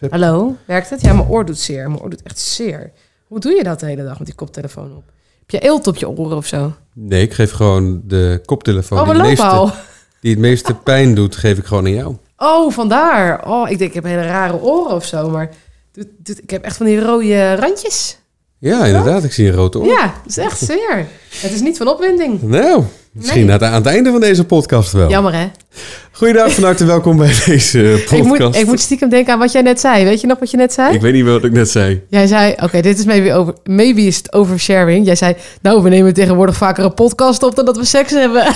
heb. Hallo, werkt het? Ja, mijn oor doet zeer. Mijn oor doet echt zeer. Hoe doe je dat de hele dag met die koptelefoon op? Heb je eelt op je oren of zo? Nee, ik geef gewoon de koptelefoon die het meeste pijn doet, geef ik gewoon aan jou. Oh, vandaar. Oh, ik denk, ik heb hele rare oren of zo. Maar ik heb echt van die rode randjes. Ja, inderdaad. Ik zie een rood oor. Ja, dat is echt zeer. Het is niet van opwinding. Nou, misschien aan het einde van deze podcast wel. Jammer, hè? Goeiedag, van harte welkom bij deze podcast. Ik moet stiekem denken aan wat jij net zei. Weet je nog wat je net zei? Ik weet niet wat ik net zei. Jij zei, oké, dit is maybe is het oversharing. Jij zei, nou, we nemen tegenwoordig vaker een podcast op dan dat we seks hebben.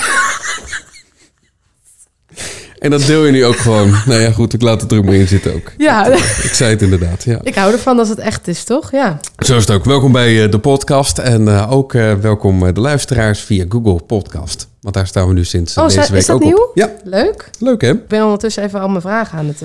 En dat deel je nu ook gewoon. Nou ja, goed, ik laat het er ook maar in zitten ook. Ja. Ik zei het inderdaad, ja. Ik hou ervan als het echt is, toch? Ja. Zo is het ook. Welkom bij de podcast. En ook welkom de luisteraars via Google Podcast. Want daar staan we nu sinds deze week ook nieuw? op. Ja. Leuk. Leuk, hè? Ik ben ondertussen even al mijn vragen aan het...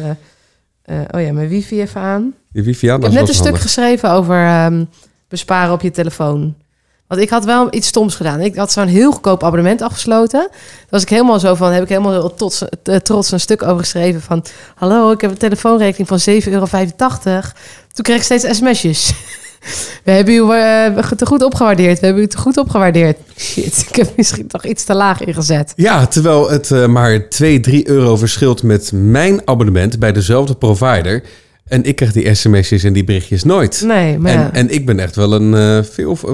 mijn wifi even aan. Je wifi aan? Ik heb net een stuk geschreven over besparen op je telefoon. Want ik had wel iets stoms gedaan. Ik had zo'n heel goedkoop abonnement afgesloten. Daar was ik helemaal zo van, heb ik helemaal heel trots een stuk over geschreven van... Hallo, ik heb een telefoonrekening van €7,85. Toen kreeg ik steeds sms'jes. We hebben u te goed opgewaardeerd. We hebben u te goed opgewaardeerd. Shit, ik heb misschien toch iets te laag ingezet. Ja, terwijl het maar 2-3 euro verschilt met mijn abonnement bij dezelfde provider... En ik krijg die sms'jes en die berichtjes nooit. Nee, maar en ik ben echt wel een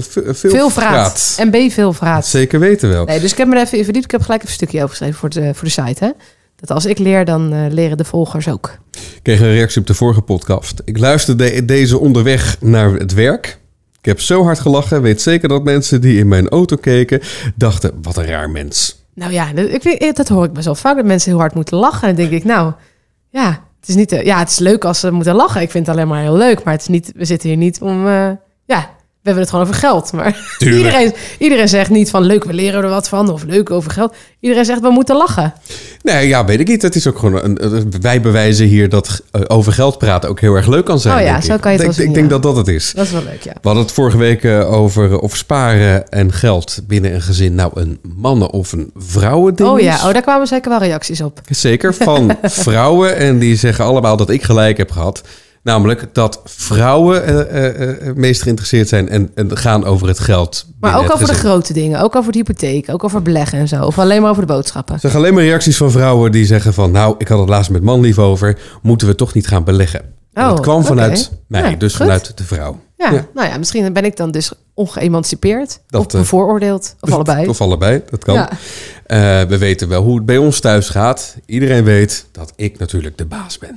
veel vraat. En ben je veel vraat. Zeker weten wel. Nee, dus ik heb me er even in verdiept. Ik heb gelijk even een stukje over geschreven voor de site. Hè? Dat als ik leer, dan leren de volgers ook. Ik kreeg een reactie op de vorige podcast. Ik luisterde deze onderweg naar het werk. Ik heb zo hard gelachen. Weet zeker dat mensen die in mijn auto keken dachten, wat een raar mens. Nou ja, dat hoor ik best wel vaak. Dat mensen heel hard moeten lachen. En dan denk ik, nou ja... Het is niet, het is leuk als ze moeten lachen. Ik vind het alleen maar heel leuk. Maar het is niet, we zitten hier niet om... we hebben het gewoon over geld. Maar iedereen zegt niet van leuk, we leren er wat van. Of leuk over geld. Iedereen zegt, we moeten lachen. Nee, ja, weet ik niet. Het is ook gewoon wij bewijzen hier dat over geld praten ook heel erg leuk kan zijn. Oh ja, zo kan je het wel zien. Ik denk dat het is. Dat is wel leuk, ja. We hadden het vorige week over sparen en geld binnen een gezin nou een mannen- of een vrouwending is. Oh ja, daar kwamen zeker wel reacties op. Zeker, van vrouwen. En die zeggen allemaal dat ik gelijk heb gehad. Namelijk dat vrouwen meest geïnteresseerd zijn en gaan over het geld. Maar ook over de grote dingen. Ook over de hypotheek. Ook over beleggen en zo. Of alleen maar over de boodschappen. Er zijn alleen maar reacties van vrouwen die zeggen van... nou, ik had het laatst met manlief over. Moeten we toch niet gaan beleggen? Dat kwam vanuit mij, dus goed. Vanuit de vrouw. Ja, nou ja, misschien ben ik dan dus ongeëmancipeerd. Of bevooroordeeld. Of allebei. Of allebei, dat kan. Ja. We weten wel hoe het bij ons thuis gaat. Iedereen weet dat ik natuurlijk de baas ben.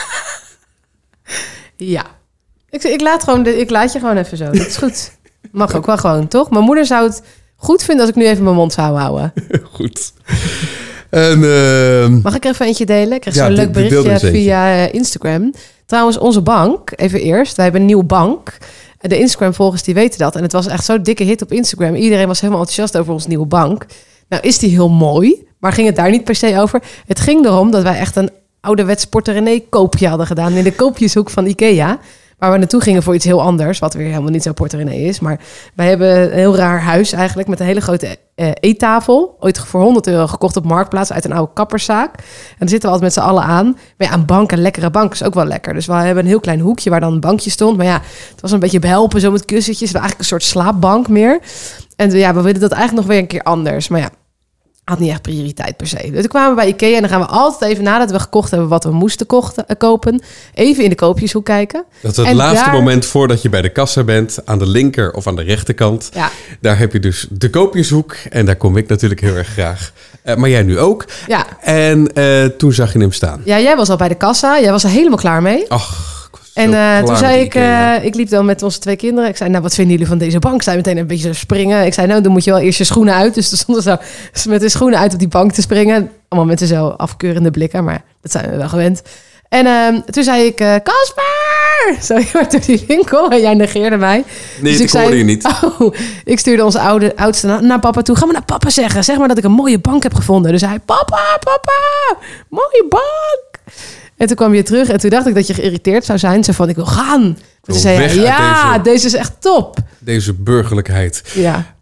Ja. Ik laat je gewoon even zo. Dat is goed. Mag ook wel gewoon, toch? Mijn moeder zou het goed vinden als ik nu even mijn mond zou houden. Goed. En, mag ik er even eentje delen? Ik kreeg zo'n leuk berichtje via Instagram. Trouwens, onze bank, even eerst. Wij hebben een nieuwe bank. De Instagram-volgers die weten dat. En het was echt zo'n dikke hit op Instagram. Iedereen was helemaal enthousiast over onze nieuwe bank. Nou is die heel mooi, maar ging het daar niet per se over. Het ging erom dat wij echt een ouderwets Porte-René-koopje hadden gedaan in de koopjeshoek van Ikea. Waar we naartoe gingen voor iets heel anders, wat weer helemaal niet zo Porte-René is. Maar wij hebben een heel raar huis eigenlijk met een hele grote eettafel. Ooit voor €100 gekocht op Marktplaats uit een oude kapperszaak. En daar zitten we altijd met z'n allen aan. Maar ja, een bank, een lekkere bank is ook wel lekker. Dus we hebben een heel klein hoekje waar dan een bankje stond. Maar ja, het was een beetje behelpen zo met kussentjes. Eigenlijk een soort slaapbank meer. En ja, we willen dat eigenlijk nog weer een keer anders. Maar ja, had niet echt prioriteit per se. Dus toen kwamen we bij Ikea en dan gaan we altijd even nadat we gekocht hebben wat we moesten kopen, even in de koopjeshoek kijken. Dat is het laatste moment voordat je bij de kassa bent, aan de linker of aan de rechterkant. Ja. Daar heb je dus de koopjeshoek en daar kom ik natuurlijk heel erg graag. Maar jij nu ook. Ja. En toen zag je hem staan. Ja, jij was al bij de kassa. Jij was er helemaal klaar mee. Ach. En toen zei ik liep dan met onze 2 kinderen. Ik zei, nou, wat vinden jullie van deze bank? Zij meteen een beetje springen. Ik zei, nou, dan moet je wel eerst je schoenen uit. Dus er stonden zo met de schoenen uit op die bank te springen. Allemaal met zo afkeurende blikken, maar dat zijn we wel gewend. En toen zei ik, Casper! Zo heel hard door die winkel. En jij negeerde mij. Nee, dus ik hoorde je niet. Ik stuurde onze oudste naar papa toe. Ga maar naar papa zeggen. Zeg maar dat ik een mooie bank heb gevonden. Dus hij, papa, mooie bank. En toen kwam je terug en toen dacht ik dat je geïrriteerd zou zijn. Zo van, ik wil gaan. Toen zei hij, ja, deze is echt top. Deze burgerlijkheid. Ja.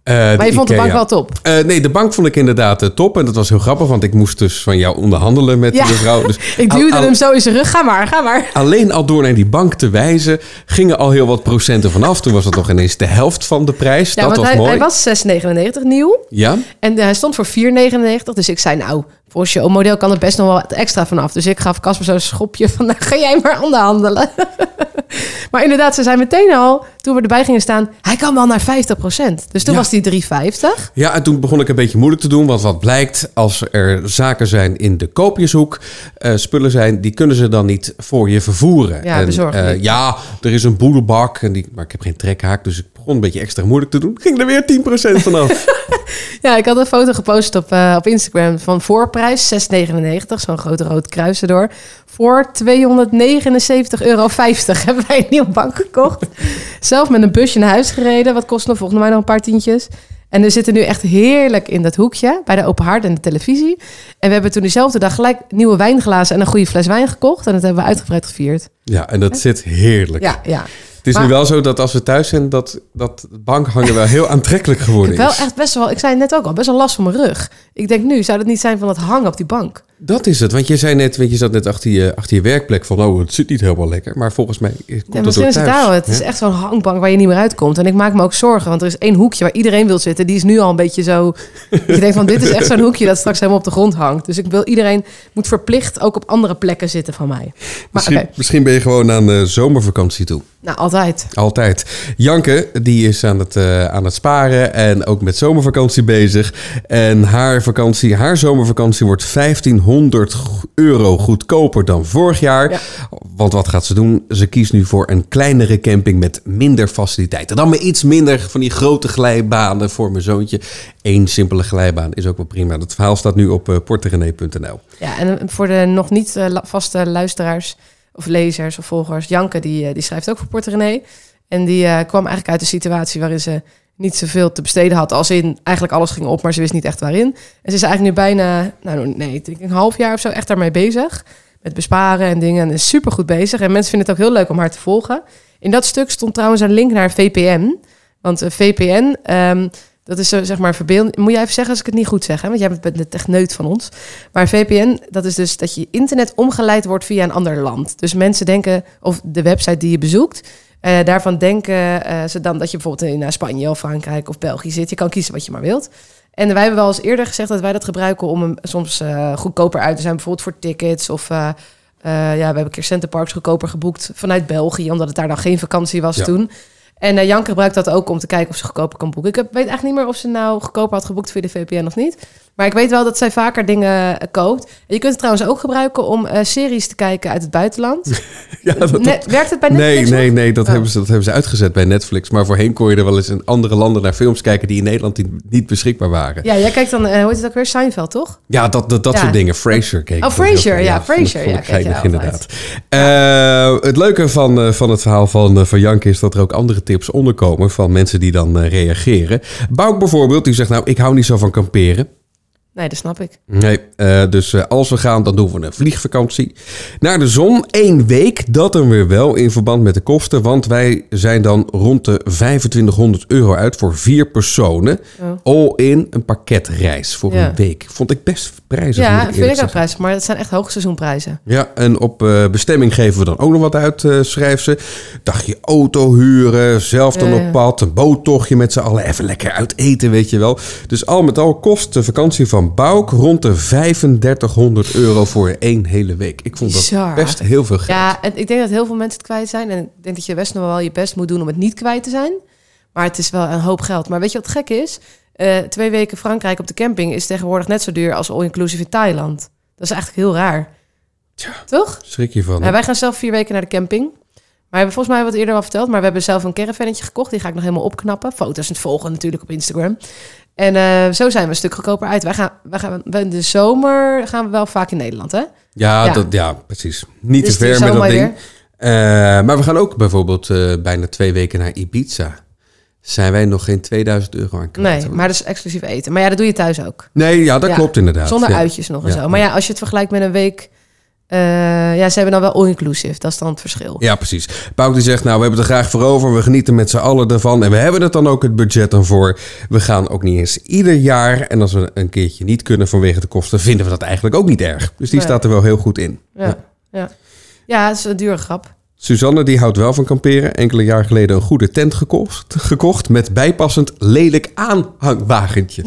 Maar je vond de bank wel top? Nee, de bank vond ik inderdaad top. En dat was heel grappig, want ik moest dus van jou onderhandelen met die mevrouw. Dus ik duwde hem zo in zijn rug. Ga maar. Alleen al door naar die bank te wijzen, gingen al heel wat procenten vanaf. Toen was dat nog ineens de helft van de prijs. Ja, dat was mooi. Hij was 6,99 nieuw. Ja. En hij stond voor 4,99. Dus ik zei, nou, voor een showmodel kan er best nog wel wat extra vanaf. Dus ik gaf Casper zo'n schopje van, nou, ga jij maar onderhandelen. Maar inderdaad, ze zei meteen al, toen we erbij gingen staan, hij kan wel naar 50%. Dus toen was die 3,50. Ja, en toen begon ik een beetje moeilijk te doen. Want wat blijkt, als er zaken zijn in de koopjeshoek, spullen zijn, die kunnen ze dan niet voor je vervoeren. Ja, bezorgen. Ja, er is een boedelbak, maar ik heb geen trekhaak, dus ik begon een beetje extra moeilijk te doen. Ging er weer 10% vanaf. Ja, ik had een foto gepost op Instagram van voorprijs, 6,99. Zo'n grote rood kruis erdoor. Voor €279,50 hebben wij een nieuwe bank gekocht. Zelf met een busje naar huis gereden. Wat kostte volgens mij nog een paar tientjes. En we zitten nu echt heerlijk in dat hoekje bij de open haard en de televisie. En we hebben toen diezelfde dag gelijk nieuwe wijnglazen en een goede fles wijn gekocht. En dat hebben we uitgebreid gevierd. Ja, en dat zit heerlijk. Ja. Het is nu wel zo dat als we thuis zijn, dat bank hangen wel heel aantrekkelijk geworden is. Wel echt best wel, ik zei het net ook al, best wel last van mijn rug. Ik denk nu, zou dat niet zijn van het hangen op die bank? Dat is het, want je zei net, je zat net achter je werkplek van, het zit niet helemaal lekker. Maar volgens mij komt het door thuis. Misschien is het daar, het is echt zo'n hangbank waar je niet meer uitkomt. En ik maak me ook zorgen, want er is één hoekje waar iedereen wil zitten. Die is nu al een beetje zo, ik denk van, dit is echt zo'n hoekje dat straks helemaal op de grond hangt. Dus ik wil iedereen moet verplicht ook op andere plekken zitten van mij. Maar, misschien ben je gewoon aan de zomervakantie toe. Nou, altijd. Altijd. Janke, die is aan het sparen en ook met zomervakantie bezig. En haar zomervakantie wordt €1.500 goedkoper dan vorig jaar. Ja. Want wat gaat ze doen? Ze kiest nu voor een kleinere camping met minder faciliteiten. Dan maar iets minder van die grote glijbanen voor mijn zoontje. 1 simpele glijbaan is ook wel prima. Dat verhaal staat nu op porterenee.nl. Ja, en voor de nog niet vaste luisteraars of lezers of volgers. Janke, die schrijft ook voor Porterenee. En die kwam eigenlijk uit de situatie waarin ze niet zoveel te besteden had. Als in eigenlijk alles ging op, maar ze wist niet echt waarin. En ze is eigenlijk nu bijna, ik denk een half jaar of zo echt daarmee bezig. Met besparen en dingen. En is supergoed bezig. En mensen vinden het ook heel leuk om haar te volgen. In dat stuk stond trouwens een link naar VPN. Want VPN, dat is zo, zeg maar verbeelding. Moet jij even zeggen als ik het niet goed zeg, hè? Want jij bent de techneut van ons. Maar VPN, dat is dus dat je internet omgeleid wordt via een ander land. Dus mensen denken, of de website die je bezoekt, daarvan denken ze dan dat je bijvoorbeeld in Spanje of Frankrijk of België zit. Je kan kiezen wat je maar wilt. En wij hebben wel eens eerder gezegd dat wij dat gebruiken om hem soms goedkoper uit te zijn. Bijvoorbeeld voor tickets of we hebben een keer Centerparks goedkoper geboekt vanuit België, omdat het daar dan geen vakantie was toen. En Janke gebruikt dat ook om te kijken of ze goedkoper kan boeken. Ik weet eigenlijk niet meer of ze nou goedkoper had geboekt via de VPN of niet. Maar ik weet wel dat zij vaker dingen koopt. En je kunt het trouwens ook gebruiken om series te kijken uit het buitenland. Werkt het bij Netflix? Nee, dat hebben ze uitgezet bij Netflix. Maar voorheen kon je er wel eens in andere landen naar films kijken die in Nederland niet beschikbaar waren. Ja, jij kijkt dan, hoe heet het ook weer? Seinfeld, toch? Ja, dat soort dingen. Frasier keek ik. Oh, Frasier, ja. Frasier, ja. Kijk inderdaad. Het leuke van het verhaal van Janke is dat er ook andere tips onderkomen van mensen die dan reageren. Bouk bijvoorbeeld, die zegt ik hou niet zo van kamperen. Nee, dat snap ik. Nee, dus als we gaan, dan doen we een vliegvakantie naar de zon. 1 week, dat dan weer wel in verband met de kosten. Want wij zijn dan rond de €2500 uit voor 4 personen. All in een pakketreis voor een week. Vond ik best prijzig. Ja, vind ik ook prijzig. Maar dat zijn echt hoogseizoenprijzen. Ja, en op bestemming geven we dan ook nog wat uit, schrijft ze. Dagje auto huren, zelf dan op pad. Een boottochtje met z'n allen. Even lekker uit eten, weet je wel. Dus al met al kost de vakantie van Bouk rond de €3500 voor 1 hele week. Ik vond dat best heel veel geld. Ja, en ik denk dat heel veel mensen het kwijt zijn. En ik denk dat je best nog wel je best moet doen om het niet kwijt te zijn. Maar het is wel een hoop geld. Maar weet je wat gek is? 2 weken Frankrijk op de camping is tegenwoordig net zo duur als all-inclusive in Thailand. Dat is eigenlijk heel raar. Tja, toch? Schrik je van. Wij gaan zelf 4 weken naar de camping. Maar we hebben volgens mij wat eerder al verteld. Maar we hebben zelf een caravannetje gekocht. Die ga ik nog helemaal opknappen. Foto's en volgen natuurlijk op Instagram. En zo zijn we een stuk goedkoper uit. We in de zomer gaan we wel vaak in Nederland, hè? Ja, precies. Niet dus te ver met dat ding. Maar we gaan ook bijvoorbeeld bijna 2 weken naar Ibiza. Zijn wij nog geen €2000 aan kwijt? Nee, maar dat is exclusief eten. Maar dat doe je thuis ook. Nee, dat klopt inderdaad. Zonder uitjes nog en zo. Maar als je het vergelijkt met een week Ze hebben dan wel all-inclusive. Dat is dan het verschil. Ja, precies. Pauk die zegt, nou, we hebben het er graag voor over. We genieten met z'n allen ervan. En we hebben het dan ook het budget dan voor. We gaan ook niet eens ieder jaar. En als we een keertje niet kunnen vanwege de kosten, vinden we dat eigenlijk ook niet erg. Dus die staat er wel heel goed in. Ja, het is een dure grap. Suzanne die houdt wel van kamperen. Enkele jaar geleden een goede tent gekocht met bijpassend lelijk aanhangwagentje.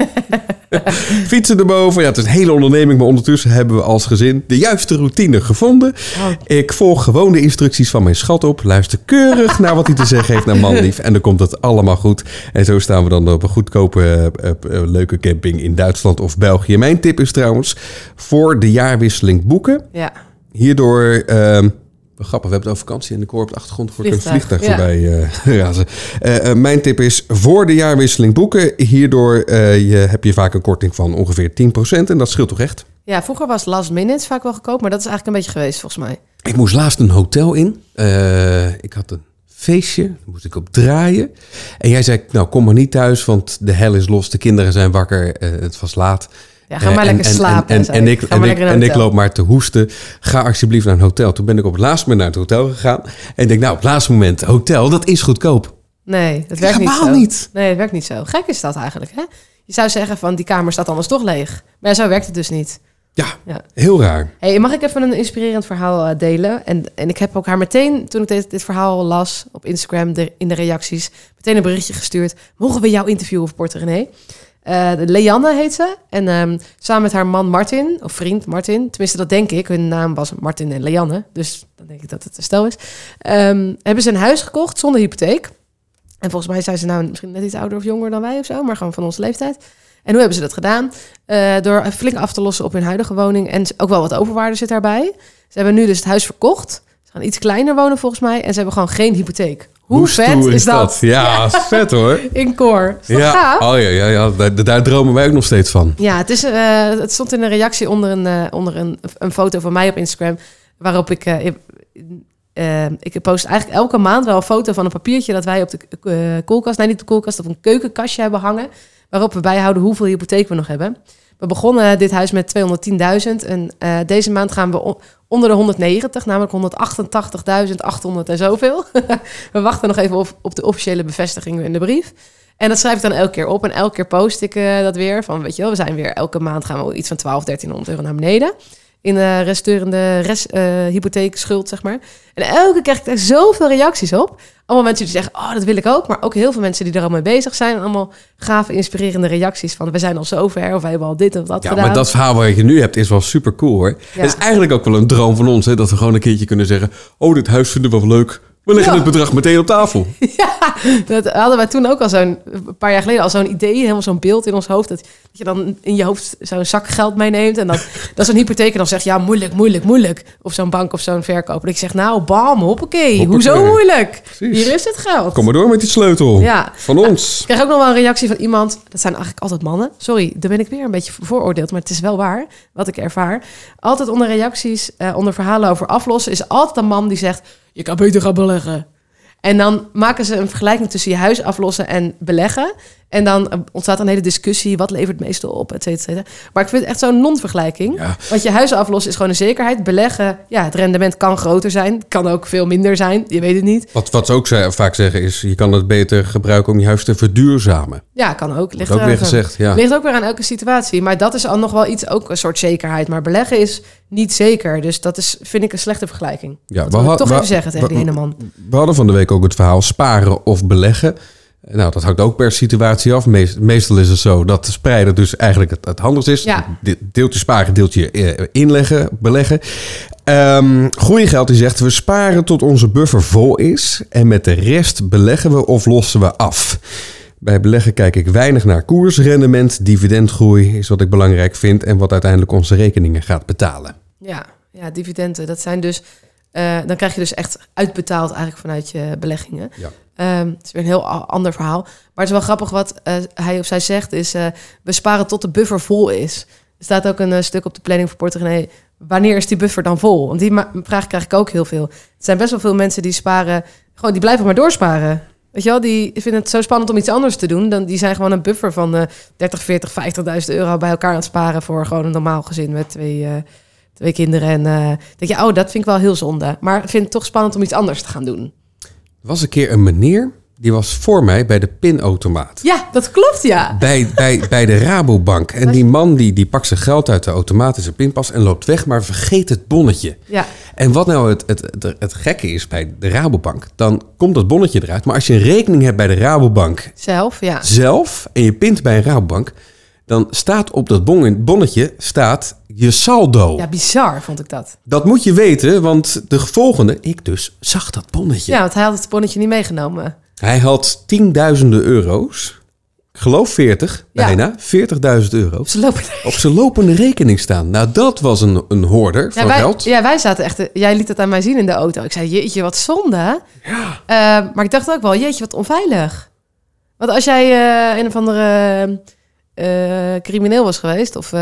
Fietsen erboven. Ja, het is een hele onderneming, maar ondertussen hebben we als gezin de juiste routine gevonden. Oh. Ik volg gewoon de instructies van mijn schat op. Luister keurig naar wat hij te zeggen heeft naar manlief. En dan komt het allemaal goed. En zo staan we dan op een goedkope, leuke camping in Duitsland of België. Mijn tip is trouwens voor de jaarwisseling boeken. Ja. Hierdoor... grappig, we hebben het over vakantie en de koor op de achtergrond hoort een vliegtuig voorbij razen. Mijn tip is voor de jaarwisseling boeken. Hierdoor heb je vaak een korting van ongeveer 10% en dat scheelt toch echt? Ja, vroeger was last minute vaak wel goedkoop, maar dat is eigenlijk een beetje geweest volgens mij. Ik moest laatst een hotel in. Ik had een feestje, daar moest ik op draaien. En jij zei, nou kom maar niet thuis, want de hel is los, de kinderen zijn wakker, het was laat. Ja, ga maar lekker slapen. En ik loop maar te hoesten. Ga alsjeblieft naar een hotel. Toen ben ik op het laatste moment naar het hotel gegaan. En ik denk, nou, op het laatste moment, hotel, dat is goedkoop. Nee, dat werkt niet. Nee, het werkt niet zo. Gek is dat eigenlijk, hè? Je zou zeggen van, die kamer staat anders toch leeg. Maar zo werkt het dus niet. Ja, heel raar. Hey, mag ik even een inspirerend verhaal delen? En ik heb ook haar meteen, toen ik dit verhaal las op Instagram, in de reacties, meteen een berichtje gestuurd. Mogen we jou interviewen, Porter René? Leanne heet ze. En samen met haar man Martin, of vriend Martin, tenminste dat denk ik. Hun naam was Martin en Leanne, dus dan denk ik dat het een stel is. Hebben ze een huis gekocht zonder hypotheek. En volgens mij zijn ze nou misschien net iets ouder of jonger dan wij of zo, maar gewoon van onze leeftijd. En hoe hebben ze dat gedaan? Door flink af te lossen op hun huidige woning. En ook wel wat overwaarde zit daarbij. Ze hebben nu dus het huis verkocht. Ze gaan iets kleiner wonen volgens mij. En ze hebben gewoon geen hypotheek. Hoe vet is dat? Ja, vet hoor. In koor. Is dat gaaf? Oh ja. Daar dromen wij ook nog steeds van. Ja, het stond in een reactie onder een foto van mij op Instagram. Waarop ik post eigenlijk elke maand wel een foto van een papiertje dat wij op de koelkast, nee niet de koelkast, op een keukenkastje hebben hangen. Waarop we bijhouden hoeveel hypotheek we nog hebben. We begonnen dit huis met 210.000 en deze maand gaan we onder de 190, namelijk 188.800 en zoveel. We wachten nog even op de officiële bevestiging in de brief. En dat schrijf ik dan elke keer op en elke keer post ik dat weer. Van weet je wel, we zijn weer elke maand gaan we iets van 1.200-1.300 euro naar beneden. In de resterende hypotheekschuld, zeg maar. En elke keer krijg ik daar zoveel reacties op. Allemaal mensen die zeggen, oh, dat wil ik ook. Maar ook heel veel mensen die er al mee bezig zijn. Allemaal gave, inspirerende reacties van, we zijn al zover. Of we hebben al dit of dat gedaan. Ja, maar dat verhaal wat je nu hebt is wel super cool, hoor. Ja. Het is eigenlijk ook wel een droom van ons, hè. Dat we gewoon een keertje kunnen zeggen, oh, dit huis vinden we wel leuk. We leggen het bedrag meteen op tafel. Ja, dat hadden wij toen ook al een paar jaar geleden al zo'n idee, helemaal zo'n beeld in ons hoofd. Dat je dan in je hoofd zo'n zak geld meeneemt. En dat is een hypotheek en dan zegt, ja, moeilijk. Of zo'n bank of zo'n verkoper. En ik zeg, nou, bam, hoppakee. Hoezo moeilijk? Precies. Hier is het geld. Kom maar door met die sleutel. Ja. Van ons. Ik krijg ook nog wel een reactie van iemand. Dat zijn eigenlijk altijd mannen. Sorry, daar ben ik weer een beetje vooroordeeld. Maar het is wel waar, wat ik ervaar. Altijd onder reacties, onder verhalen over aflossen, is altijd een man die zegt, je kan beter gaan beleggen. En dan maken ze een vergelijking tussen je huis aflossen en beleggen. En dan ontstaat een hele discussie. Wat levert het meeste op, et cetera. Maar ik vind het echt zo'n non-vergelijking. Ja. Want je huis aflossen is gewoon een zekerheid. Beleggen, ja, het rendement kan groter zijn. Kan ook veel minder zijn. Je weet het niet. Wat ze ook vaak zeggen is, je kan het beter gebruiken om je huis te verduurzamen. Ja, kan ook. Ligt ook weer gezegd, ja. Ligt ook weer aan elke situatie. Maar dat is al nog wel iets, ook een soort zekerheid. Maar beleggen is niet zeker. Dus dat is, vind ik, een slechte vergelijking. Ja, dat wil ik toch even zeggen tegen die ene man. We hadden van de week ook het verhaal sparen of beleggen. Nou, dat hangt ook per situatie af. Meestal is het zo dat spreiden dus eigenlijk het handigst is. Ja. Deeltje sparen, deeltje inleggen, beleggen. Groeigeld die zegt, we sparen tot onze buffer vol is. En met de rest beleggen we of lossen we af. Bij beleggen kijk ik weinig naar koersrendement. Dividendgroei is wat ik belangrijk vind. En wat uiteindelijk onze rekeningen gaat betalen. Ja, dividenden. Dat zijn dus, dan krijg je dus echt uitbetaald eigenlijk vanuit je beleggingen. Ja. Het is weer een heel ander verhaal. Maar het is wel grappig wat hij of zij zegt is, we sparen tot de buffer vol is. Er staat ook een stuk op de planning voor Porter René. Wanneer is die buffer dan vol? Want die vraag krijg ik ook heel veel. Er zijn best wel veel mensen die sparen, gewoon die blijven maar doorsparen. Weet je wel, die vinden het zo spannend om iets anders te doen. Die zijn gewoon een buffer van 30, 40, 50.000 euro bij elkaar aan het sparen voor gewoon een normaal gezin met 2 kinderen. En denk je, dat vind ik wel heel zonde. Maar ik vind het toch spannend om iets anders te gaan doen. Er was een keer een meneer, die was voor mij bij de pinautomaat. Ja, dat klopt, ja. Bij de Rabobank. En die man die pakt zijn geld uit de automaat in zijn pinpas en loopt weg, maar vergeet het bonnetje. Ja. En wat nou het gekke is bij de Rabobank, dan komt dat bonnetje eruit. Maar als je een rekening hebt bij de Rabobank zelf en je pint bij een Rabobank, dan staat op dat bonnetje je saldo. Ja, bizar vond ik dat. Dat moet je weten, want de volgende, ik dus, zag dat bonnetje. Ja, want hij had het bonnetje niet meegenomen. Hij had tienduizenden euro's. Ik geloof 40, bijna. 40.000 euro. Op zijn lopende rekening staan. Nou, dat was een hoorder van geld. Ja, wij zaten echt... Jij liet het aan mij zien in de auto. Ik zei, jeetje, wat zonde. Ja. Maar ik dacht ook wel, jeetje, wat onveilig. Want als jij een of andere crimineel was geweest... of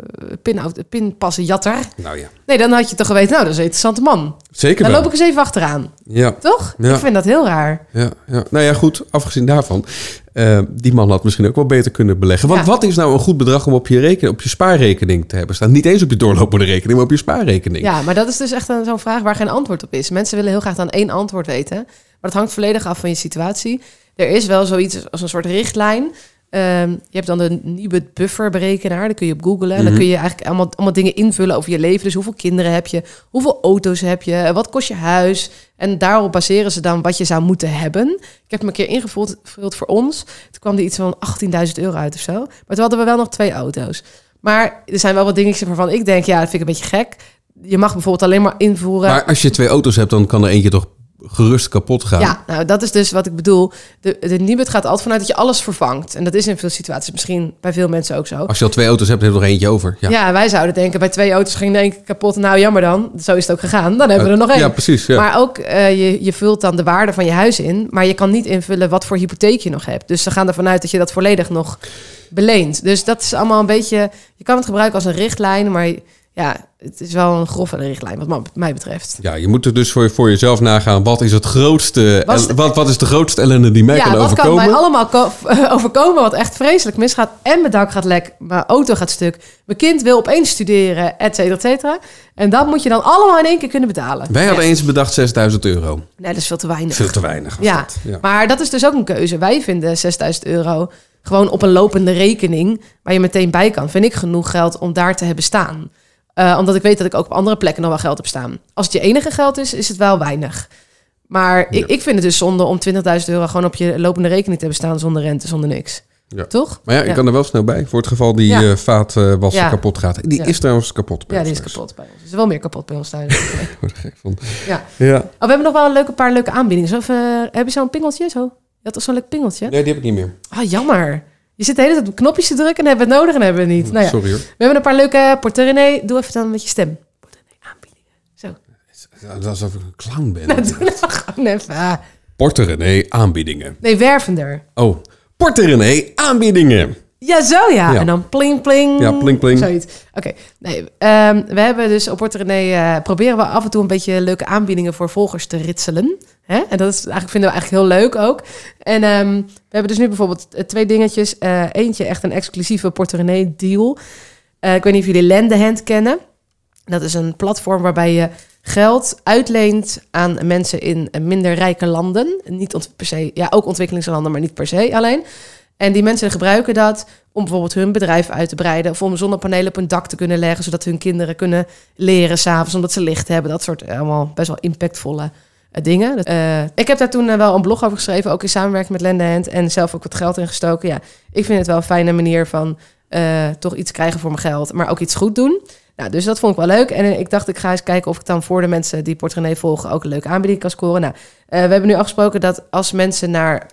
pinpassenjatter... Nou ja. Nee, dan had je toch geweten, dat is een interessante man. Zeker Dan wel. loop ik eens even achteraan. Ja. Toch? Ja. Ik vind dat heel raar. Ja. Nou ja, goed, afgezien daarvan. Die man had misschien ook wel beter kunnen beleggen. Want wat is nou een goed bedrag om op je spaarrekening te hebben staan? Niet eens op je doorlopende rekening, maar op je spaarrekening. Ja, maar dat is dus echt zo'n vraag waar geen antwoord op is. Mensen willen heel graag dan 1 antwoord weten. Maar dat hangt volledig af van je situatie. Er is wel zoiets als een soort richtlijn. Je hebt dan de Nibud bufferberekenaar. Dan kun je op googlen. En dan kun je eigenlijk allemaal dingen invullen over je leven. Dus hoeveel kinderen heb je? Hoeveel auto's heb je? Wat kost je huis? En daarop baseren ze dan wat je zou moeten hebben. Ik heb hem een keer ingevuld voor ons. Toen kwam er iets van 18.000 euro uit of zo. Maar toen hadden we wel nog 2 auto's. Maar er zijn wel wat dingetjes waarvan ik denk... ja, dat vind ik een beetje gek. Je mag bijvoorbeeld alleen maar invoeren... Maar als je 2 auto's hebt, dan kan er eentje toch gerust kapot gaan. Ja, nou dat is dus wat ik bedoel. De Nibud gaat altijd vanuit dat je alles vervangt. En dat is in veel situaties misschien bij veel mensen ook zo. Als je al 2 auto's hebt, heb je er nog eentje over. Ja, wij zouden denken, bij 2 auto's ging er één kapot. Nou, jammer dan. Zo is het ook gegaan. Dan hebben we er nog 1. Ja, precies. Ja. Maar ook, je vult dan de waarde van je huis in. Maar je kan niet invullen wat voor hypotheek je nog hebt. Dus ze gaan ervan uit dat je dat volledig nog beleent. Dus dat is allemaal een beetje... Je kan het gebruiken als een richtlijn, maar... Ja, het is wel een grove richtlijn wat mij betreft. Ja, je moet er dus voor jezelf nagaan. Wat is het grootste? Wat is de grootste ellende die mij kan overkomen? Ja, wat kan mij allemaal overkomen wat echt vreselijk misgaat? En mijn dak gaat lek, mijn auto gaat stuk. Mijn kind wil opeens studeren, et cetera, et cetera. En dat moet je dan allemaal in één keer kunnen betalen. Wij hadden eens bedacht 6.000 euro. Nee, dat is veel te weinig. Veel te weinig. Ja, maar dat is dus ook een keuze. Wij vinden 6.000 euro gewoon op een lopende rekening... waar je meteen bij kan. Vind ik genoeg geld om daar te hebben staan. Omdat ik weet dat ik ook op andere plekken nog wel geld heb staan. Als het je enige geld is het wel weinig. Maar ik vind het dus zonde om 20.000 euro gewoon op je lopende rekening te hebben staan... zonder rente, zonder niks. Ja. Toch? Maar ja, ik kan er wel snel bij. Voor het geval die vaatwasser kapot gaat. Die is trouwens kapot bij ons. Ja, die is kapot bij ons. Er is wel meer kapot bij ons thuis. Ik word er gek van. Ja. We hebben nog wel een paar leuke aanbiedingen. Heb je zo'n pingeltje? Zo? Je had toch zo'n leuk pingeltje? Nee, die heb ik niet meer. Ah, jammer. Je zit de hele tijd op knopjes te drukken en hebben we het nodig en hebben we het niet. Nou ja, sorry hoor. We hebben een paar leuke Porter René. Doe even dan met je stem. Porter René aanbiedingen. Zo. Dat is alsof ik een clown ben. Nou, doe nou gewoon even. Porter René aanbiedingen. Nee, wervender. Oh, Porter René aanbiedingen. Ja, zo ja. En dan pling pling. Ja, pling pling. Zoiets. Oké. Nee, we hebben dus op Porter René proberen we af en toe een beetje leuke aanbiedingen voor volgers te ritselen. Hè? En dat is vinden we eigenlijk heel leuk ook. En we hebben dus nu bijvoorbeeld 2 dingetjes. Eentje echt een exclusieve Porter René deal. Ik weet niet of jullie Lendehand kennen. Dat is een platform waarbij je geld uitleent aan mensen in minder rijke landen. Niet per se, ja, ook ontwikkelingslanden, maar niet per se alleen. En die mensen gebruiken dat om bijvoorbeeld hun bedrijf uit te breiden... of om zonnepanelen op hun dak te kunnen leggen... zodat hun kinderen kunnen leren 's avonds omdat ze licht hebben. Dat soort allemaal best wel impactvolle dingen. Ik heb daar toen wel een blog over geschreven... ook in samenwerking met Lendehand... en zelf ook wat geld ingestoken. Ja, ik vind het wel een fijne manier van toch iets krijgen voor mijn geld... maar ook iets goed doen. Nou, dus dat vond ik wel leuk. En ik dacht, ik ga eens kijken of ik dan voor de mensen die Porter René volgen... ook een leuke aanbieding kan scoren. Nou, we hebben nu afgesproken dat als mensen naar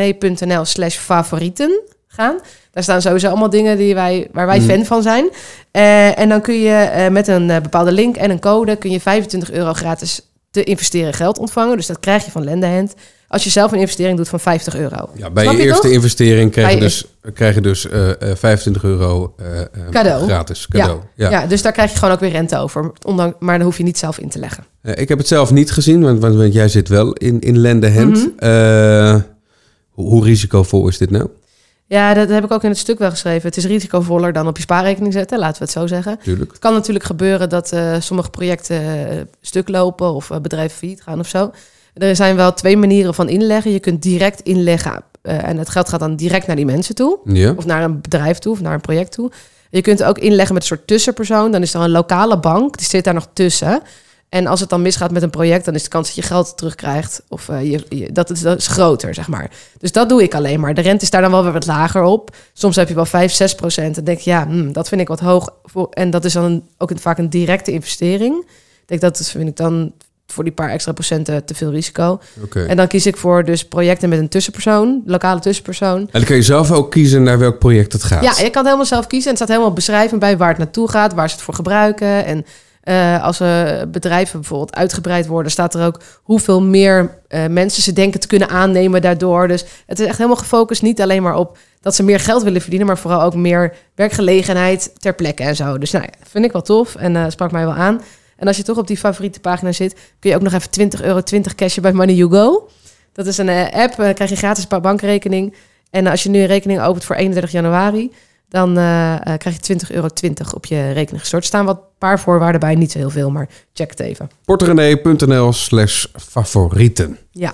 porterrené.nl/favorieten gaan... daar staan sowieso allemaal dingen waar wij fan van zijn. En dan kun je met een bepaalde link en een code... kun je €25 gratis te investeren geld ontvangen. Dus dat krijg je van Lendehand... als je zelf een investering doet van €50. Ja, bij je eerste investering krijg je dus €25 gratis cadeau. Ja, dus daar krijg je gewoon ook weer rente over. Maar dan hoef je niet zelf in te leggen. Ik heb het zelf niet gezien, want jij zit wel in Lendehand. Hoe risicovol is dit nou? Ja, dat heb ik ook in het stuk wel geschreven. Het is risicovoller dan op je spaarrekening zetten, laten we het zo zeggen. Tuurlijk. Het kan natuurlijk gebeuren dat sommige projecten stuk lopen of bedrijven failliet gaan of zo. Er zijn wel 2 manieren van inleggen. Je kunt direct inleggen en het geld gaat dan direct naar die mensen toe. Ja. Of naar een bedrijf toe of naar een project toe. Je kunt ook inleggen met een soort tussenpersoon. Dan is er een lokale bank, die zit daar nog tussen. En als het dan misgaat met een project, dan is de kans dat je geld terugkrijgt. Of dat is groter, zeg maar. Dus dat doe ik alleen maar. De rente is daar dan wel weer wat lager op. Soms heb je wel 5-6%. Dan denk je, dat vind ik wat hoog. En dat is dan ook vaak een directe investering. Ik denk dat vind ik dan voor die paar extra procenten te veel risico. Okay. En dan kies ik voor dus projecten met een tussenpersoon, lokale tussenpersoon. En dan kun je zelf ook kiezen naar welk project het gaat. Ja, je kan het helemaal zelf kiezen. En het staat helemaal beschrijven bij waar het naartoe gaat, waar ze het voor gebruiken. En als bedrijven bijvoorbeeld uitgebreid worden, staat er ook hoeveel meer mensen ze denken te kunnen aannemen daardoor. Dus het is echt helemaal gefocust niet alleen maar op dat ze meer geld willen verdienen, maar vooral ook meer werkgelegenheid ter plekke en zo. Dus vind ik wel tof en sprak mij wel aan. En als je toch op die favoriete pagina zit, kun je ook nog even €20 cashen bij Money You Go. Dat is een app, krijg je gratis bankrekening. En als je nu een rekening opent voor 31 januari... dan krijg je €20 op je rekening gestort. Er staan wat paar voorwaarden bij, niet zo heel veel, maar check het even. Porterenee.nl/favorieten. Ja.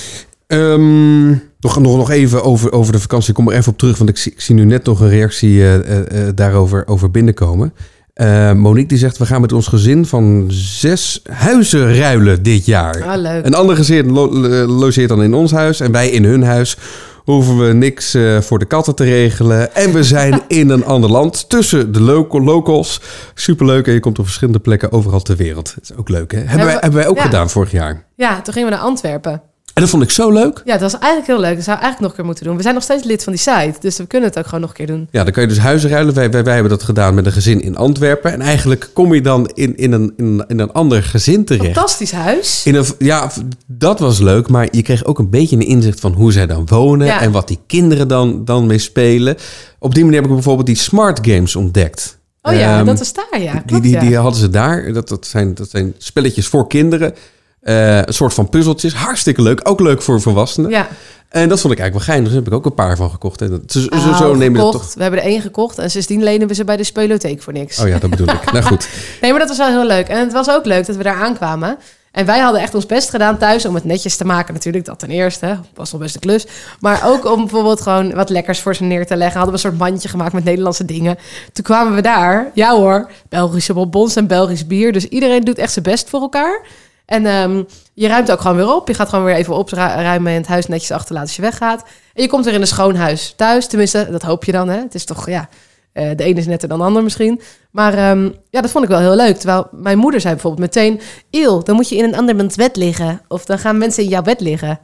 Nog even over de vakantie. Ik kom er even op terug, want ik zie nu net nog een reactie daarover binnenkomen. Monique die zegt, we gaan met ons gezin van 6 huizen ruilen dit jaar. Ah, leuk. Een ander gezin logeert dan in ons huis en wij in hun huis. Hoeven we niks voor de katten te regelen. En we zijn in een ander land tussen de locals. Superleuk en je komt op verschillende plekken overal ter wereld. Dat is ook leuk, hè? Hebben wij ook gedaan vorig jaar. Ja, toen gingen we naar Antwerpen. En dat vond ik zo leuk. Ja, dat was eigenlijk heel leuk. Dat zou ik eigenlijk nog een keer moeten doen. We zijn nog steeds lid van die site, dus we kunnen het ook gewoon nog een keer doen. Ja, dan kan je dus huizen ruilen. Wij hebben dat gedaan met een gezin in Antwerpen. En eigenlijk kom je dan in een ander gezin terecht. Fantastisch huis. Ja, dat was leuk. Maar je kreeg ook een beetje een inzicht van hoe zij dan wonen. Ja. En wat die kinderen dan mee spelen. Op die manier heb ik bijvoorbeeld die smart games ontdekt. Oh ja, dat was daar, ja. Klopt, die hadden ze daar. Dat zijn spelletjes voor kinderen. Een soort van puzzeltjes. Hartstikke leuk. Ook leuk voor volwassenen. Ja. En dat vond ik eigenlijk wel geinig. Dus heb ik ook een paar van gekocht. En zo neem je dat toch. We hebben er 1 gekocht. En sindsdien lenen we ze bij de spelotheek voor niks. Oh ja, dat bedoel ik. Nou goed. Nee, maar dat was wel heel leuk. En het was ook leuk dat we daar aankwamen. En wij hadden echt ons best gedaan thuis om het netjes te maken. Natuurlijk, dat ten eerste. Was nog best een klus. Maar ook om bijvoorbeeld gewoon wat lekkers voor ze neer te leggen. Hadden we een soort mandje gemaakt met Nederlandse dingen. Toen kwamen we daar. Ja hoor, Belgische bonbons en Belgisch bier. Dus iedereen doet echt zijn best voor elkaar. En je ruimt ook gewoon weer op. Je gaat gewoon weer even opruimen en het huis netjes achterlaten als je weggaat. En je komt weer in een schoon huis thuis. Tenminste, dat hoop je dan. Hè? Het is toch, de ene is netter dan de ander misschien. Maar dat vond ik wel heel leuk. Terwijl mijn moeder zei bijvoorbeeld meteen... Eeuw, dan moet je in een andermans bed liggen. Of dan gaan mensen in jouw bed liggen.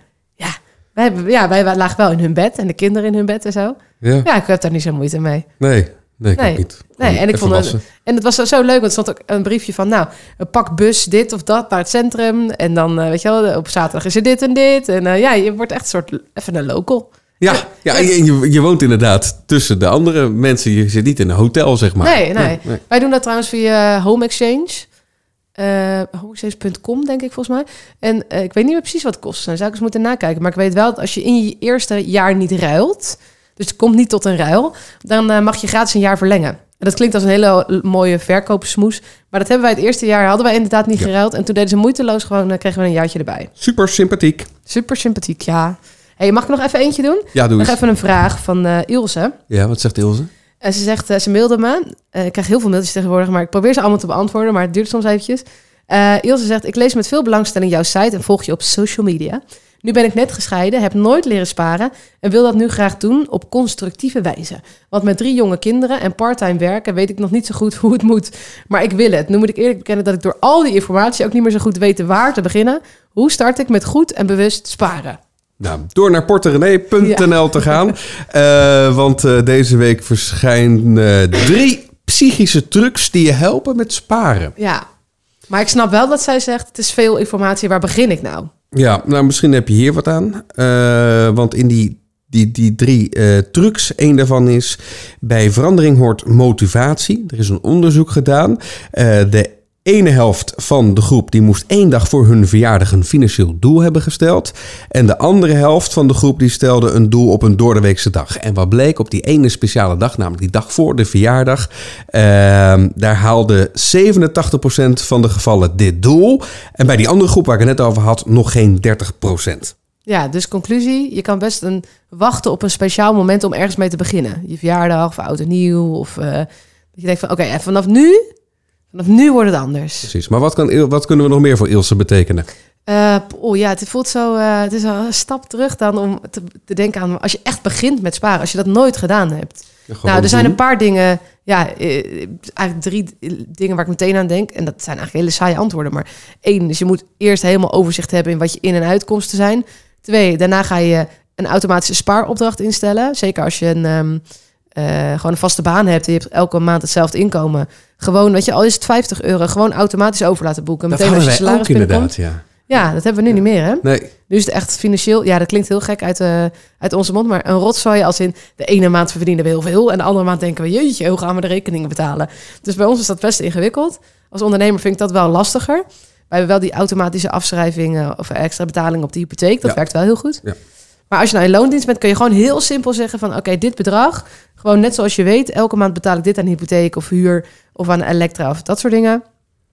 Wij lagen wel in hun bed. En de kinderen in hun bed en zo. Ja, ik heb daar niet zo moeite mee. Nee, ik ook niet. Nee, en ik vond het was zo leuk, want er stond ook een briefje van, pak bus dit of dat naar het centrum. En dan, weet je wel, op zaterdag is er dit en dit. En je wordt echt een soort, even een local. Ja, en je woont inderdaad tussen de andere mensen. Je zit niet in een hotel, zeg maar. Nee. Wij doen dat trouwens via Home Exchange. Homeexchange.com, denk ik volgens mij. En ik weet niet meer precies wat het kost. Dan zou ik eens moeten nakijken. Maar ik weet wel dat als je in je eerste jaar niet ruilt... dus het komt niet tot een ruil... dan mag je gratis een jaar verlengen. En dat klinkt als een hele mooie verkoopsmoes. Maar dat hebben wij het eerste jaar... hadden wij inderdaad niet geruild. En toen deden ze moeiteloos gewoon... kregen we een jaartje erbij. Super sympathiek. Super sympathiek, ja. Hey, mag ik nog even eentje doen? Ja, doe eens. Nog even een vraag van Ilse. Ja, wat zegt Ilse? Ze zegt, ze mailde me. Ik krijg heel veel mailtjes tegenwoordig... maar ik probeer ze allemaal te beantwoorden... maar het duurt soms eventjes. Ilse zegt, ik lees met veel belangstelling jouw site... en volg je op social media... Nu ben ik net gescheiden, heb nooit leren sparen... en wil dat nu graag doen op constructieve wijze. Want met 3 jonge kinderen en parttime werken... weet ik nog niet zo goed hoe het moet. Maar ik wil het. Nu moet ik eerlijk bekennen dat ik door al die informatie... ook niet meer zo goed weet waar te beginnen. Hoe start ik met goed en bewust sparen? Nou, door naar porterenee.nl te gaan. Want deze week verschijnen 3 psychische trucs... die je helpen met sparen. Ja, maar ik snap wel dat zij zegt... het is veel informatie, waar begin ik nou? Ja, nou misschien heb je hier wat aan. Want in die 3 trucs, 1 daarvan is... bij verandering hoort motivatie. Er is een onderzoek gedaan. De ene helft van de groep die moest 1 dag voor hun verjaardag een financieel doel hebben gesteld. En de andere helft van de groep die stelde een doel op een doordeweekse dag. En wat bleek op die ene speciale dag, namelijk die dag voor de verjaardag, daar haalde 87% van de gevallen dit doel. En bij die andere groep waar ik het net over had, nog geen 30%. Ja, dus conclusie, je kan best wachten op een speciaal moment om ergens mee te beginnen. Je verjaardag of oud en nieuw. Of dat je denkt van oké, vanaf nu wordt het anders. Precies, maar wat kunnen we nog meer voor Ilse betekenen? Het voelt zo, het is een stap terug dan om te denken aan als je echt begint met sparen. Als je dat nooit gedaan hebt. Ja, er zijn een paar dingen, eigenlijk 3 dingen waar ik meteen aan denk. En dat zijn eigenlijk hele saaie antwoorden. Maar 1, dus je moet eerst helemaal overzicht hebben in wat je in- en uitkomsten zijn. 2, daarna ga je een automatische spaaropdracht instellen. Zeker als je gewoon een vaste baan hebt en je hebt elke maand hetzelfde inkomen. Gewoon, weet je, al is het €50, gewoon automatisch over laten boeken. Dat hadden wij ook inderdaad, Ja, dat hebben we nu niet meer, hè? Nee. Nu is het echt financieel... Ja, dat klinkt heel gek uit onze mond, maar een rotzooi als in de ene maand verdienen we heel veel en de andere maand denken we, jeetje, hoe gaan we de rekeningen betalen? Dus bij ons is dat best ingewikkeld. Als ondernemer vind ik dat wel lastiger. Wij hebben wel die automatische afschrijvingen of extra betaling op de hypotheek. Dat werkt wel heel goed. Ja. Maar als je nou in loondienst bent, kun je gewoon heel simpel zeggen van oké, dit bedrag, gewoon net zoals je weet, elke maand betaal ik dit aan hypotheek of huur of aan elektra of dat soort dingen.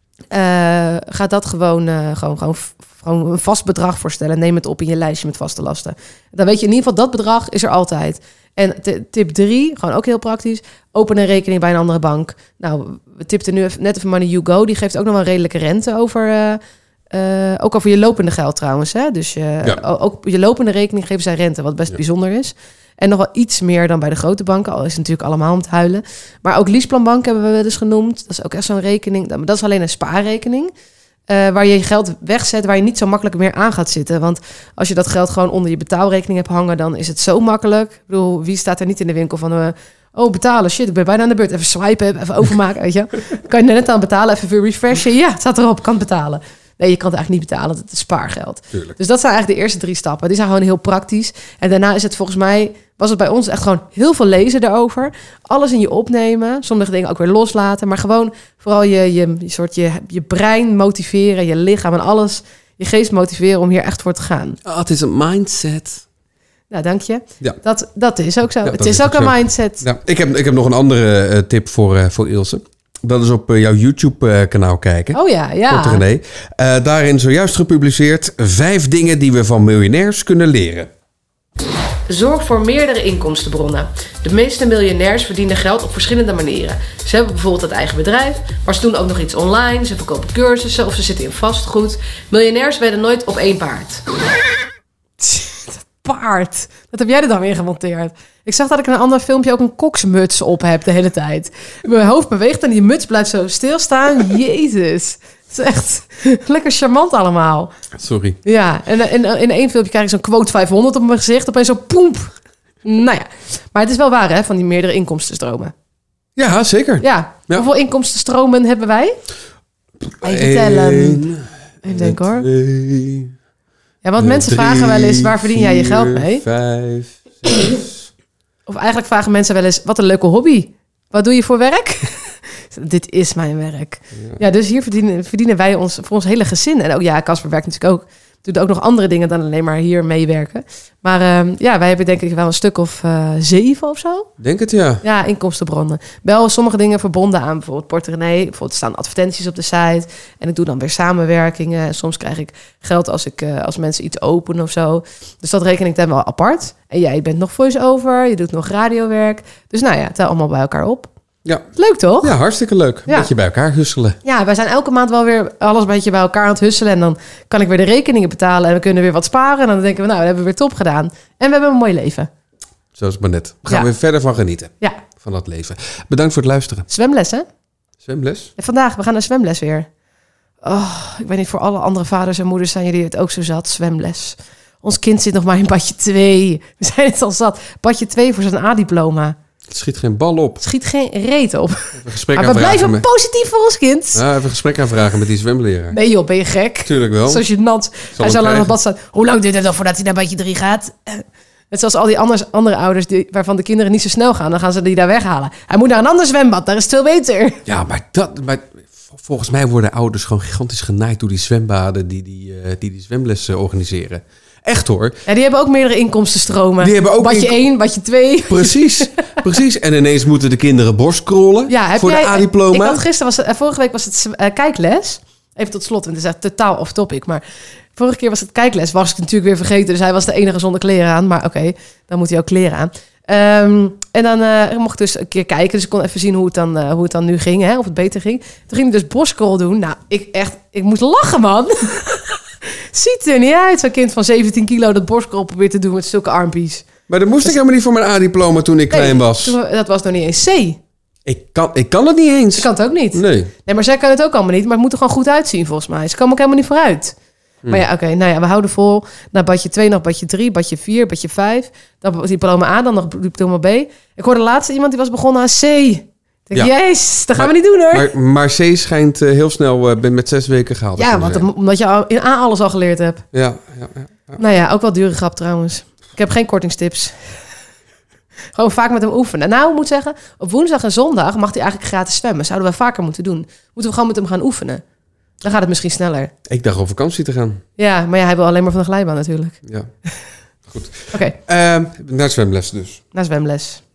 Gaat dat gewoon een vast bedrag voorstellen. Neem het op in je lijstje met vaste lasten. Dan weet je in ieder geval, dat bedrag is er altijd. En tip 3, gewoon ook heel praktisch, open een rekening bij een andere bank. Nou, we tipten nu net even Money You Go. Die geeft ook nog wel een redelijke rente over... ook over je lopende geld trouwens. Hè? Dus ook je lopende rekening geven zij rente, wat best bijzonder is. En nog wel iets meer dan bij de grote banken. Al is het natuurlijk allemaal om te huilen. Maar ook leaseplanbank hebben we dus genoemd. Dat is ook echt zo'n rekening. Dat is alleen een spaarrekening. Waar je geld wegzet, waar je niet zo makkelijk meer aan gaat zitten. Want als je dat geld gewoon onder je betaalrekening hebt hangen, dan is het zo makkelijk. Ik bedoel, wie staat er niet in de winkel van... betalen, shit, ik ben bijna aan de beurt. Even swipen, even overmaken, weet je. Kan je net aan betalen, even weer refreshen. Ja, het staat erop, kan het betalen. Nee, je kan het eigenlijk niet betalen, het is spaargeld. Tuurlijk. Dus dat zijn eigenlijk de eerste 3 stappen. Die zijn gewoon heel praktisch. En daarna is het volgens mij, was het bij ons echt gewoon heel veel lezen daarover. Alles in je opnemen, sommige dingen ook weer loslaten. Maar gewoon vooral je brein motiveren, je lichaam en alles. Je geest motiveren om hier echt voor te gaan. Het is een mindset. Nou, dank je. Ja. Dat is ook zo. Ja, het is ook een mindset. Ja, ik heb nog een andere tip voor Ilse. Dat is op jouw YouTube-kanaal kijken. Oh ja. René. Daarin zojuist gepubliceerd 5 dingen die we van miljonairs kunnen leren. Zorg voor meerdere inkomstenbronnen. De meeste miljonairs verdienen geld op verschillende manieren. Ze hebben bijvoorbeeld het eigen bedrijf, maar ze doen ook nog iets online. Ze verkopen cursussen of ze zitten in vastgoed. Miljonairs wedden nooit op 1 paard. Dat paard. Dat heb jij er dan weer gemonteerd. Ik zag dat ik in een ander filmpje ook een koksmuts op heb de hele tijd. Mijn hoofd beweegt en die muts blijft zo stilstaan. Jezus. Het is echt lekker charmant allemaal. Sorry. Ja, en in één filmpje krijg ik zo'n quote 500 op mijn gezicht. Opeens zo poemp. Nou ja, maar het is wel waar hè, van die meerdere inkomstenstromen. Ja, zeker. Ja. Hoeveel inkomstenstromen hebben wij? Even tellen. Even denken hoor. 2, ja, want mensen vragen wel eens, waar verdien jij je geld mee? 5, 6. Of eigenlijk vragen mensen wel eens, wat een leuke hobby. Wat doe je voor werk? Dit is mijn werk. Ja, dus hier verdienen wij voor ons hele gezin. En ook, ja, Casper werkt natuurlijk ook. Doet ook nog andere dingen dan alleen maar hier meewerken. Maar wij hebben denk ik wel een stuk of 7 of zo. Denk het, ja. Ja, inkomstenbronnen. Wel sommige dingen verbonden aan bijvoorbeeld Portemonnee. Bijvoorbeeld staan advertenties op de site. En ik doe dan weer samenwerkingen. En soms krijg ik geld als mensen iets openen of zo. Dus dat reken ik dan wel apart. En jij bent nog voice-over. Je doet nog radiowerk. Dus nou ja, tel allemaal bij elkaar op. Ja. Leuk toch? Ja, hartstikke leuk. Een beetje bij elkaar husselen. Ja, wij zijn elke maand wel weer alles een beetje bij elkaar aan het husselen. En dan kan ik weer de rekeningen betalen. En we kunnen weer wat sparen. En dan denken we, nou, we hebben weer top gedaan. En we hebben een mooi leven. Zo is het maar net. We gaan weer verder van genieten. Ja. Van dat leven. Bedankt voor het luisteren. Zwemles, hè? Zwemles? En vandaag, we gaan naar zwemles weer. Oh, ik weet niet, voor alle andere vaders en moeders zijn jullie het ook zo zat. Zwemles. Ons kind zit nog maar in badje 2. We zijn het al zat. Badje 2 voor zijn A-diploma. Het schiet geen bal op. Het schiet geen reet op. Maar we blijven positief voor ons kind. Ja, even een gesprek aanvragen met die zwemleraar. Nee joh, ben je gek? Tuurlijk wel. Zoals je nat. Hij zal aan het bad staan. Hoe lang duurt het dan voordat hij naar badje 3 gaat? Net zoals al die andere ouders waarvan de kinderen niet zo snel gaan. Dan gaan ze die daar weghalen. Hij moet naar een ander zwembad. Daar is het veel beter. Ja, maar volgens mij worden ouders gewoon gigantisch genaaid door die zwembaden die zwemlessen organiseren. Echt hoor. Ja, die hebben ook meerdere inkomstenstromen. Die hebben ook badje 1, badje 2. Precies. En ineens moeten de kinderen borstkrollen voor de A-diploma. Vorige week was het kijkles. Even tot slot, want het is echt totaal off topic. Maar vorige keer was het kijkles. Was ik natuurlijk weer vergeten. Dus hij was de enige zonder kleren aan. Maar oké, dan moet hij ook kleren aan. En dan mocht ik dus een keer kijken. Dus ik kon even zien hoe het dan nu ging. Hè, of het beter ging. Toen ging hij dus borstkrol doen. Nou, ik moest lachen, man. Ziet er niet uit. Zo'n kind van 17 kilo dat borstkrol probeert te doen met zulke armpies. Maar dat moest ik helemaal niet voor mijn A-diploma toen ik klein was. Dat was nog niet eens C. Ik kan het niet eens. Ik kan het ook niet. Nee, maar zij kan het ook allemaal niet. Maar het moet er gewoon goed uitzien volgens mij. Ze komen ook helemaal niet vooruit. Maar ja, oké. Nou ja, we houden vol. Naar badje 2, nog badje 3, badje 4, badje 5. Dan diploma A, dan nog diploma B. Ik hoorde laatst iemand die was begonnen aan C. Ik denk, jezus, dat gaan we niet doen hoor. Maar C schijnt heel snel met 6 weken gehaald. Ja, omdat je in A alles al geleerd hebt. Ja. Nou ja, ook wel dure grap trouwens. Ik heb geen kortingstips. Gewoon vaak met hem oefenen. Nou, ik moet zeggen, op woensdag en zondag mag hij eigenlijk gratis zwemmen. Zouden we vaker moeten doen. Moeten we gewoon met hem gaan oefenen. Dan gaat het misschien sneller. Ik dacht op vakantie te gaan. Ja, maar hij wil alleen maar van de glijbaan natuurlijk. Ja, goed. Oké. Naar zwemles dus. Naar zwemles.